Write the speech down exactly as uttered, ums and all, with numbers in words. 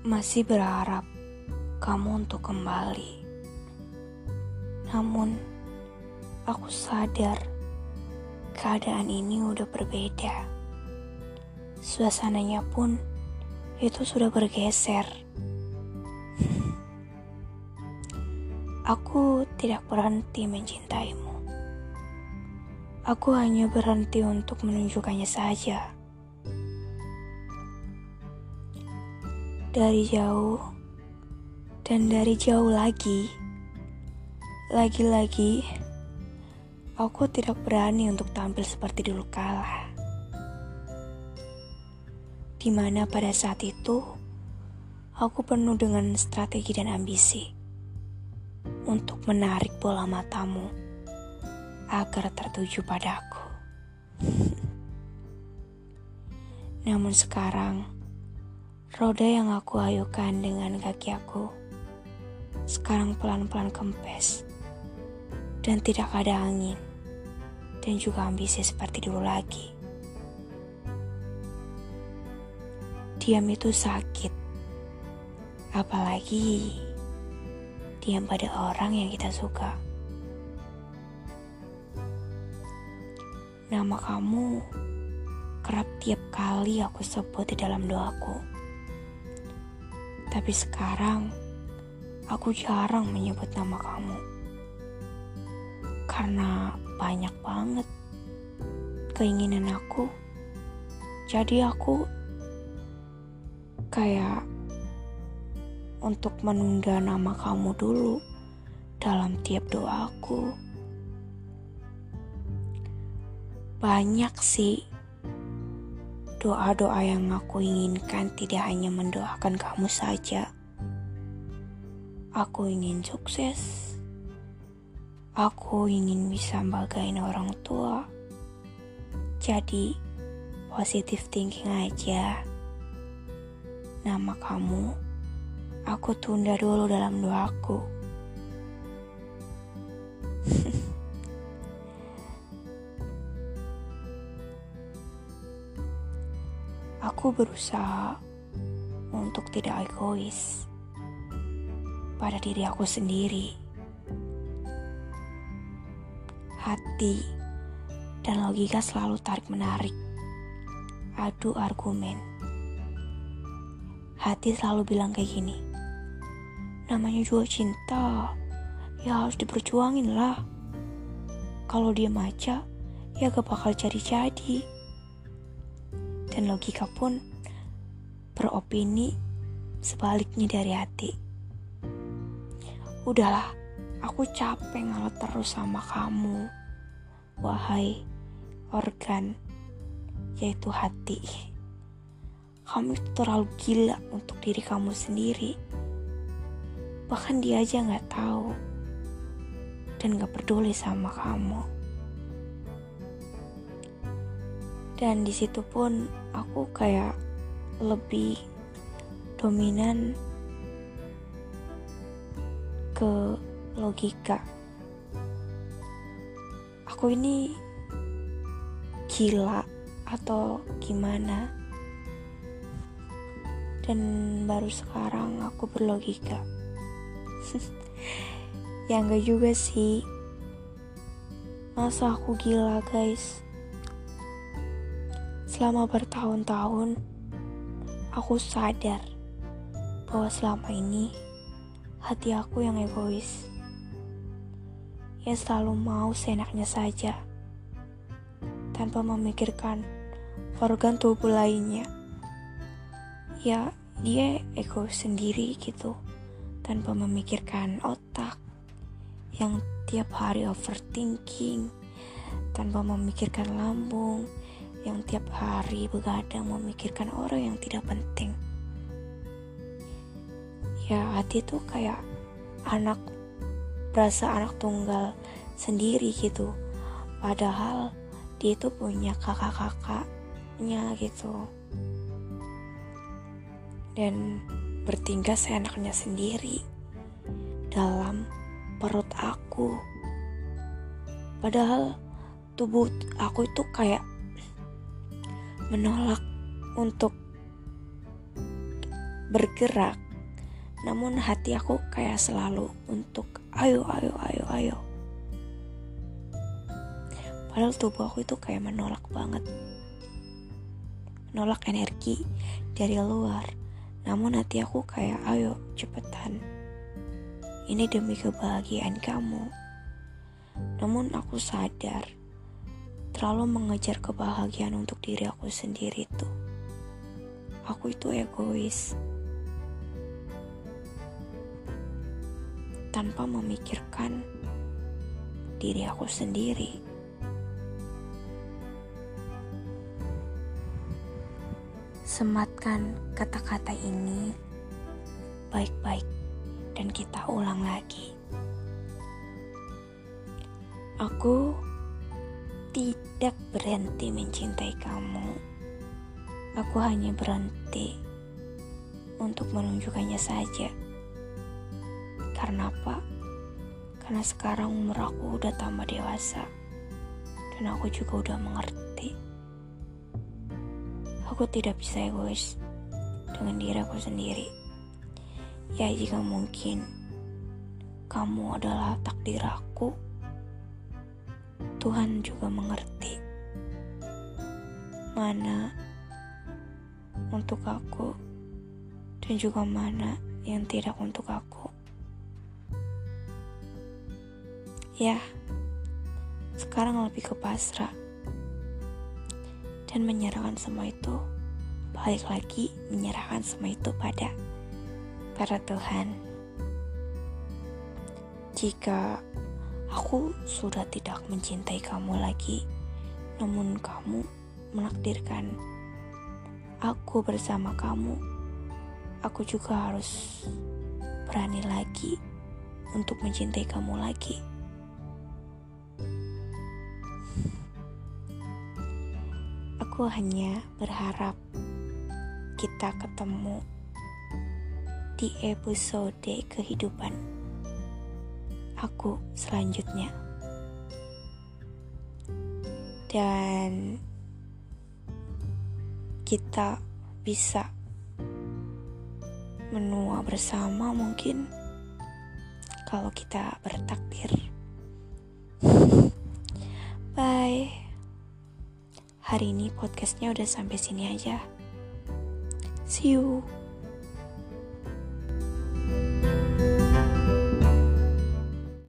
Masih berharap kamu untuk kembali. Namun, aku sadar keadaan ini udah berbeda. Suasananya pun itu sudah bergeser. Aku tidak berhenti mencintaimu. Aku hanya berhenti untuk menunjukkannya saja. Dari jauh dan dari jauh lagi, lagi-lagi aku tidak berani untuk tampil seperti dulu kala. Dimana pada saat itu aku penuh dengan strategi dan ambisi untuk menarik bola matamu agar tertuju padaku. Namun sekarang, roda yang aku ayukan dengan kaki aku sekarang pelan-pelan kempes dan tidak ada angin dan juga ambisi seperti dulu lagi. Diam itu sakit, apalagi diam pada orang yang kita suka. Nama kamu kerap tiap kali aku sebut di dalam doaku. Tapi sekarang aku jarang menyebut nama kamu. Karena banyak banget keinginan aku. Jadi aku kayak untuk menunda nama kamu dulu dalam tiap doaku. Banyak sih doa-doa yang aku inginkan, tidak hanya mendoakan kamu saja. Aku ingin sukses. Aku ingin bisa bagain orang tua. Jadi, positive thinking aja. Nama kamu, aku tunda dulu dalam doaku. Aku berusaha untuk tidak egois pada diri aku sendiri. Hati dan logika selalu tarik-menarik, adu argumen. Hati selalu bilang kayak gini, namanya juga cinta, ya harus diperjuangin lah. Kalau diam aja, ya gak bakal jadi-jadi. Dan logika pun beropini sebaliknya dari hati. Udahlah, aku capek ngalah terus sama kamu, wahai organ, yaitu hati. Kamu itu terlalu gila untuk diri kamu sendiri. Bahkan dia aja gak tahu dan gak peduli sama kamu. Dan di situ pun aku kayak lebih dominan ke logika. Aku ini gila atau gimana? Dan baru sekarang aku berlogika. Ya enggak juga sih. Masa aku gila, guys? Selama bertahun-tahun, aku sadar bahwa selama ini hati aku yang egois. Ya selalu mau seenaknya saja, tanpa memikirkan organ tubuh lainnya. Ya, dia egois sendiri gitu, tanpa memikirkan otak yang tiap hari overthinking, tanpa memikirkan lambung yang tiap hari begadang memikirkan orang yang tidak penting. Ya, hati tuh kayak anak, berasa anak tunggal sendiri gitu. Padahal dia tuh punya kakak-kakaknya gitu. Dan bertingkah seenaknya sendiri dalam perut aku. Padahal tubuh aku itu kayak menolak untuk bergerak. Namun hati aku kayak selalu untuk ayo, ayo, ayo, ayo. Padahal tubuh aku itu kayak menolak banget. Menolak energi dari luar. Namun hati aku kayak ayo cepetan. Ini demi kebahagiaan kamu. Namun aku sadar terlalu mengejar kebahagiaan untuk diri aku sendiri tuh. Aku itu egois. Tanpa memikirkan diri aku sendiri. Sematkan kata-kata ini baik-baik dan kita ulang lagi. Aku tidak berhenti mencintai kamu. Aku hanya berhenti untuk menunjukkannya saja. Karena apa? Karena sekarang umur aku udah tambah dewasa. Dan aku juga udah mengerti. Aku tidak bisa egois dengan diri aku sendiri. Ya jika mungkin kamu adalah takdir aku, Tuhan juga mengerti mana untuk aku dan juga mana yang tidak untuk aku. Ya, sekarang lebih ke pasrah dan menyerahkan semua itu. Balik lagi menyerahkan semua itu pada pada Tuhan. Jika aku sudah tidak mencintai kamu lagi, namun kamu menakdirkan aku bersama kamu, aku juga harus berani lagi untuk mencintai kamu lagi. Aku hanya berharap kita ketemu di episode kehidupan aku selanjutnya. Dan kita bisa menua bersama mungkin kalau kita bertakdir. Bye. Hari ini podcastnya udah sampai sini aja. See you.